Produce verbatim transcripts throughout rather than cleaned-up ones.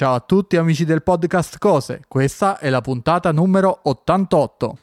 Ciao a tutti amici del podcast Cose, questa è la puntata numero ottantotto.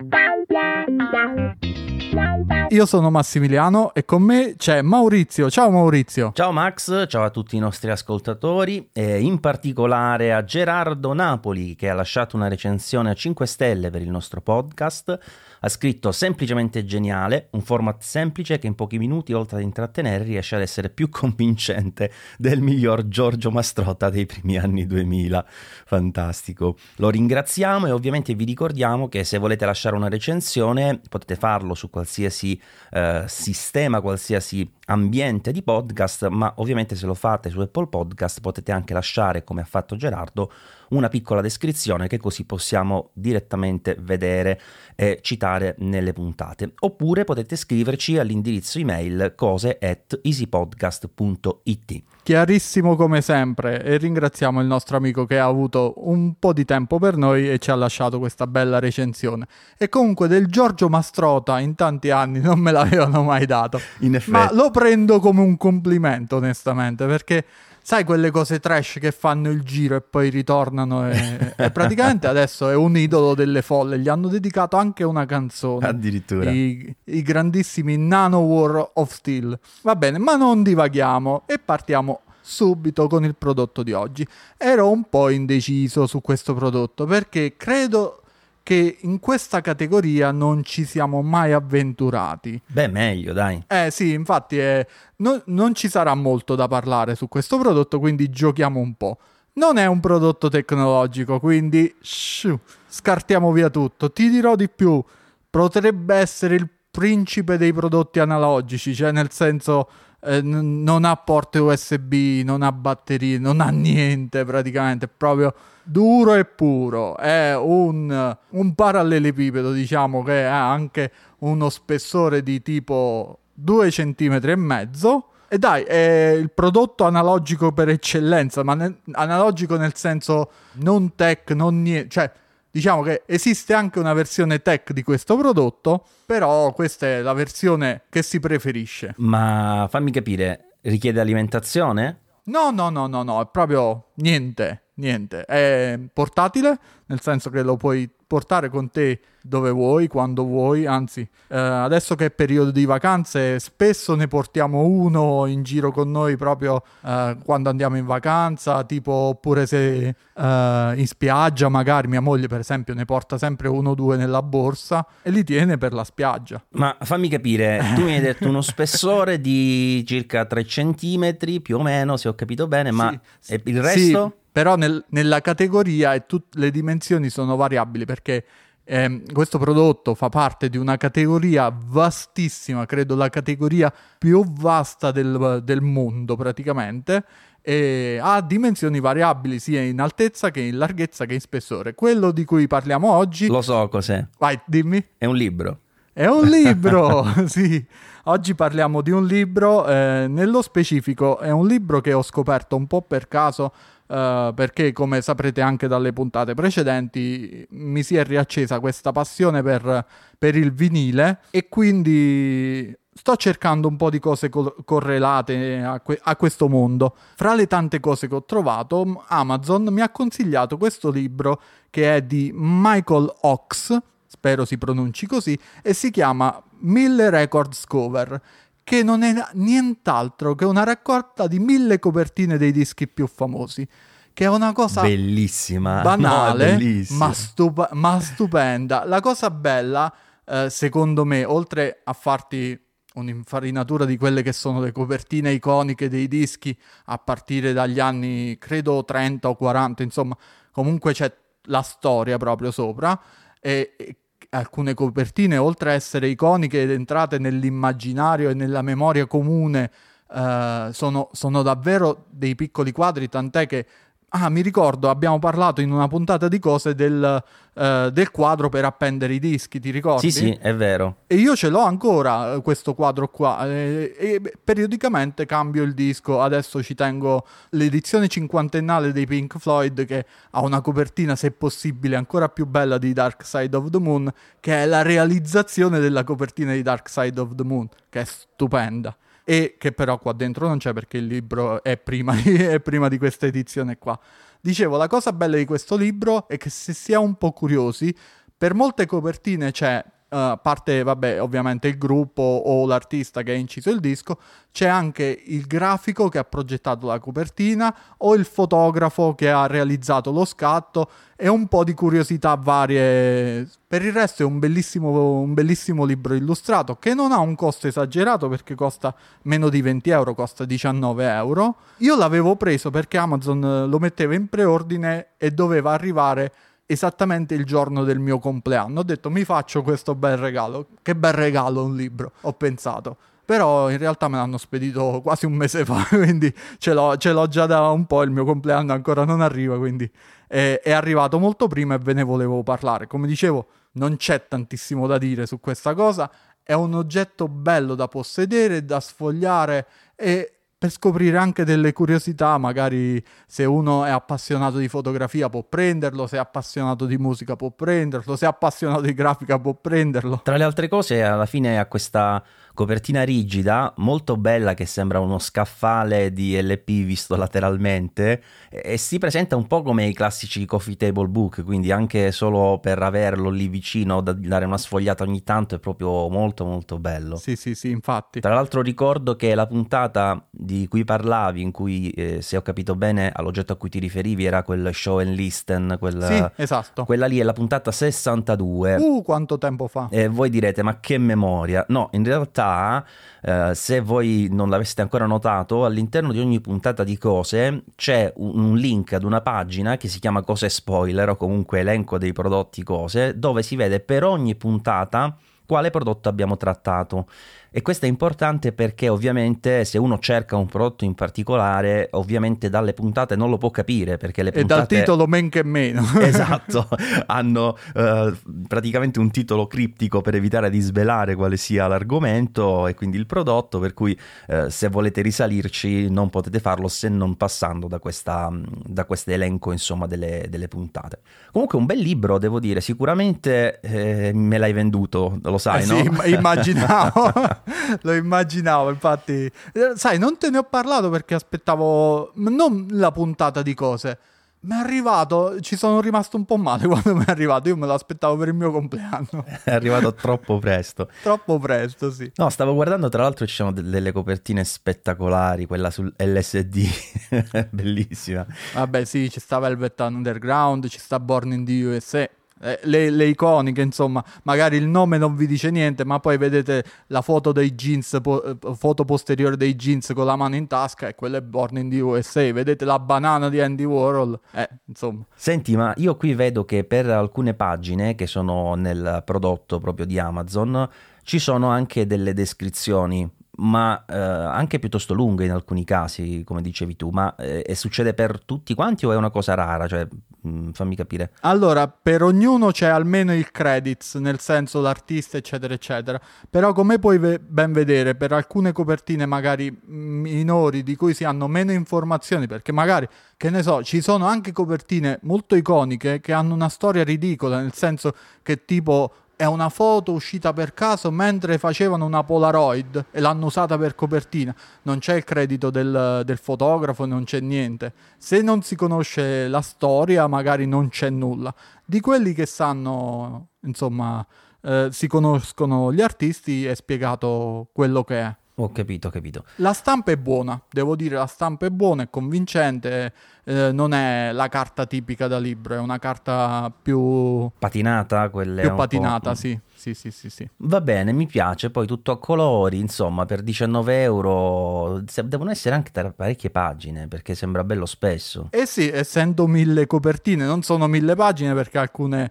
Io sono Massimiliano e con me c'è Maurizio. Ciao Maurizio. Ciao Max, ciao a tutti i nostri ascoltatori e in particolare a Gerardo Napoli che ha lasciato una recensione a cinque stelle per il nostro podcast. Ha scritto semplicemente geniale, un format semplice che in pochi minuti oltre ad intrattenere riesce ad essere più convincente del miglior Giorgio Mastrota dei primi anni duemila. Fantastico. Lo ringraziamo e ovviamente vi ricordiamo che se volete lasciare una recensione potete farlo su qualsiasi eh, sistema, qualsiasi ambiente di podcast, ma ovviamente se lo fate su Apple Podcast potete anche lasciare, come ha fatto Gerardo, una piccola descrizione che così possiamo direttamente vedere e citare nelle puntate. Oppure potete scriverci all'indirizzo email cose at easypodcast punto it. Chiarissimo come sempre, e ringraziamo il nostro amico che ha avuto un po' di tempo per noi e ci ha lasciato questa bella recensione. E comunque del Giorgio Mastrota in tanti anni non me l'avevano mai dato. In effetti. Ma lo prendo come un complimento onestamente, perché sai quelle cose trash che fanno il giro e poi ritornano e, e praticamente adesso è un idolo delle folle, gli hanno dedicato anche una canzone. Addirittura. I, i grandissimi Nanowar of Steel. Va bene, ma non divaghiamo e partiamo subito con il prodotto di oggi. Ero un po' indeciso su questo prodotto perché credo che in questa categoria non ci siamo mai avventurati. Beh, meglio, dai. Eh sì, infatti è, no, non ci sarà molto da parlare su questo prodotto, quindi giochiamo un po'. Non è un prodotto tecnologico, quindi sciu, scartiamo via tutto. Ti dirò di più, potrebbe essere il principe dei prodotti analogici, cioè nel senso eh, n- non ha porte U S B, non ha batterie, non ha niente praticamente, è proprio duro e puro. È un, un parallelepipedo, diciamo, che ha anche uno spessore di tipo due centimetri e mezzo. E dai, è il prodotto analogico per eccellenza, ma ne- analogico nel senso non tech, non niente, cioè diciamo che esiste anche una versione tech di questo prodotto, però questa è la versione che si preferisce. Ma fammi capire, richiede alimentazione? No, no, no, no, no, è proprio niente, niente. È portatile, nel senso che lo puoi portare con te dove vuoi, quando vuoi, anzi, eh, adesso che è periodo di vacanze, spesso ne portiamo uno in giro con noi proprio eh, quando andiamo in vacanza, tipo oppure se eh, in spiaggia magari mia moglie per esempio ne porta sempre uno o due nella borsa e li tiene per la spiaggia. Ma fammi capire, tu mi hai detto uno spessore di circa tre centimetri più o meno, se ho capito bene, ma sì, e il resto? Sì, però nel, nella categoria e tut- le dimensioni sono variabili perché Eh, questo prodotto fa parte di una categoria vastissima, credo la categoria più vasta del, del mondo praticamente, e ha dimensioni variabili sia in altezza che in larghezza che in spessore. Quello di cui parliamo oggi... Lo so cos'è. Vai, dimmi. È un libro. È un libro, sì. Oggi parliamo di un libro, eh, nello specifico è un libro che ho scoperto un po' per caso, Uh, perché come saprete anche dalle puntate precedenti mi si è riaccesa questa passione per, per il vinile e quindi sto cercando un po' di cose co- correlate a, que- a questo mondo. Fra le tante cose che ho trovato, Amazon mi ha consigliato questo libro che è di Michael Ox, spero si pronunci così, e si chiama Mille Records Cover, che non è nient'altro che una raccolta di mille copertine dei dischi più famosi, che è una cosa bellissima, banale, no, bellissima. Ma, stup- ma stupenda. La cosa bella, eh, secondo me, oltre a farti un'infarinatura di quelle che sono le copertine iconiche dei dischi a partire dagli anni, credo, trenta o quaranta, insomma, comunque c'è la storia proprio sopra, e, e alcune copertine, oltre a essere iconiche ed entrate nell'immaginario e nella memoria comune, eh, sono, sono davvero dei piccoli quadri, tant'è che Ah, mi ricordo, abbiamo parlato in una puntata di cose del, uh, del quadro per appendere i dischi, ti ricordi? Sì, sì, è vero. E io ce l'ho ancora, questo quadro qua, e, e periodicamente cambio il disco. Adesso ci tengo l'edizione cinquantennale dei Pink Floyd, che ha una copertina, se possibile, ancora più bella di Dark Side of the Moon, che è la realizzazione della copertina di Dark Side of the Moon, che è stupenda. E che però qua dentro non c'è perché il libro è prima di, è prima di questa edizione qua. Dicevo, la cosa bella di questo libro è che se si è un po' curiosi, per molte copertine c'è, uh, a parte, vabbè, ovviamente il gruppo o l'artista che ha inciso il disco, c'è anche il grafico che ha progettato la copertina o il fotografo che ha realizzato lo scatto e un po' di curiosità varie. Per il resto è un bellissimo, un bellissimo libro illustrato che non ha un costo esagerato perché costa meno di venti euro, costa diciannove euro. Io l'avevo preso perché Amazon lo metteva in preordine e doveva arrivare esattamente il giorno del mio compleanno. Ho detto mi faccio questo bel regalo. Che bel regalo un libro, ho pensato. Però in realtà me l'hanno spedito quasi un mese fa, quindi ce l'ho, ce l'ho già da un po', il mio compleanno ancora non arriva, quindi è, è arrivato molto prima e ve ne volevo parlare. Come dicevo, non c'è tantissimo da dire su questa cosa, è un oggetto bello da possedere, da sfogliare e per scoprire anche delle curiosità, magari se uno è appassionato di fotografia può prenderlo, se è appassionato di musica può prenderlo, se è appassionato di grafica può prenderlo. Tra le altre cose, alla fine ha questa copertina rigida, molto bella, che sembra uno scaffale di L P visto lateralmente, e, e si presenta un po' come i classici coffee table book, quindi anche solo per averlo lì vicino, da dare una sfogliata ogni tanto, è proprio molto molto bello. Sì, sì, sì, infatti. Tra l'altro ricordo che la puntata di cui parlavi, in cui, eh, se ho capito bene, all'oggetto a cui ti riferivi era quel show and listen, quel, sì, esatto. Quella lì è la puntata sessantadue. Uh, quanto tempo fa. E voi direte, ma che memoria? No, in realtà, eh, se voi non l'aveste ancora notato, all'interno di ogni puntata di Cose c'è un, un link ad una pagina che si chiama Cose Spoiler, o comunque elenco dei prodotti Cose, dove si vede per ogni puntata quale prodotto abbiamo trattato. E questo è importante perché ovviamente se uno cerca un prodotto in particolare, ovviamente dalle puntate non lo può capire, perché le puntate... E dal titolo men che meno. Esatto, hanno eh, praticamente un titolo criptico per evitare di svelare quale sia l'argomento e quindi il prodotto, per cui eh, se volete risalirci non potete farlo se non passando da questa da questo elenco, insomma, delle, delle puntate. Comunque un bel libro, devo dire, sicuramente eh, me l'hai venduto, lo sai, eh no? Sì, immaginavo. Lo immaginavo, infatti. Sai, non te ne ho parlato perché aspettavo non la puntata di Cose. Mi è arrivato, ci sono rimasto un po' male quando mi è arrivato. Io me lo aspettavo per il mio compleanno. È arrivato troppo presto. Troppo presto, sì. No, stavo guardando, tra l'altro ci sono de- delle copertine spettacolari, quella sul L S D, bellissima. Vabbè, sì, ci sta Velvet Underground, ci sta Born in the U S A. Le, le iconiche, insomma, magari il nome non vi dice niente, ma poi vedete la foto dei jeans, po- foto posteriore dei jeans con la mano in tasca, e quella è Born in the U S A. Vedete la banana di Andy Warhol, eh, insomma. Senti, ma io qui vedo che per alcune pagine che sono nel prodotto proprio di Amazon ci sono anche delle descrizioni, ma eh, anche piuttosto lunghe in alcuni casi, come dicevi tu. Ma eh, e succede per tutti quanti o è una cosa rara? Cioè, mh, fammi capire. Allora, per ognuno c'è almeno il credits, nel senso l'artista, eccetera, eccetera. Però, come puoi ve- ben vedere, per alcune copertine magari minori, di cui si hanno meno informazioni, perché magari, che ne so, ci sono anche copertine molto iconiche che hanno una storia ridicola, nel senso che tipo... è una foto uscita per caso mentre facevano una Polaroid e l'hanno usata per copertina. Non c'è il credito del, del fotografo, non c'è niente. Se non si conosce la storia, magari non c'è nulla. Di quelli che sanno, insomma, eh, si conoscono gli artisti, è spiegato quello che è. Ho capito, ho capito. La stampa è buona, devo dire, la stampa è buona, è convincente, eh, non è la carta tipica da libro, è una carta più... Patinata, quelle più un patinata, po'... sì, sì, sì, sì, sì. Va bene, mi piace, poi tutto a colori, insomma, per diciannove euro devono essere anche tra parecchie pagine, perché sembra bello spesso. Eh sì, essendo mille copertine, non sono mille pagine perché alcune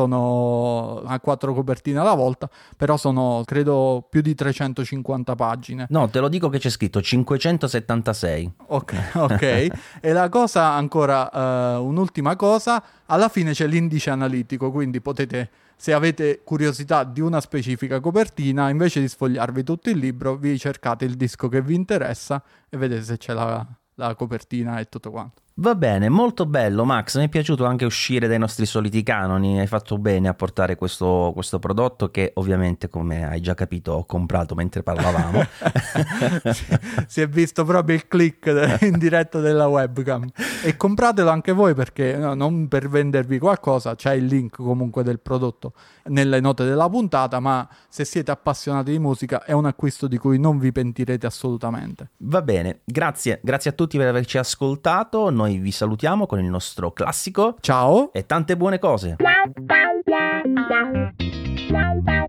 sono a quattro copertine alla volta, però sono, credo, più di trecentocinquanta pagine. No, te lo dico che c'è scritto cinquecentosettantasei. Ok, ok. E la cosa, ancora, uh, un'ultima cosa, alla fine c'è l'indice analitico, quindi potete... Se avete curiosità di una specifica copertina, invece di sfogliarvi tutto il libro, vi cercate il disco che vi interessa e vedete se c'è la, la copertina e tutto quanto. Va bene, molto bello Max, mi è piaciuto anche uscire dai nostri soliti canoni, hai fatto bene a portare questo, questo prodotto che ovviamente, come hai già capito, ho comprato mentre parlavamo. si, si è visto proprio il click in diretta della webcam, e compratelo anche voi, perché no, non per vendervi qualcosa, c'è il link comunque del prodotto nelle note della puntata, ma se siete appassionati di musica è un acquisto di cui non vi pentirete assolutamente. Va bene, grazie, grazie a tutti per averci ascoltato, noi vi salutiamo con il nostro classico ciao e tante buone cose.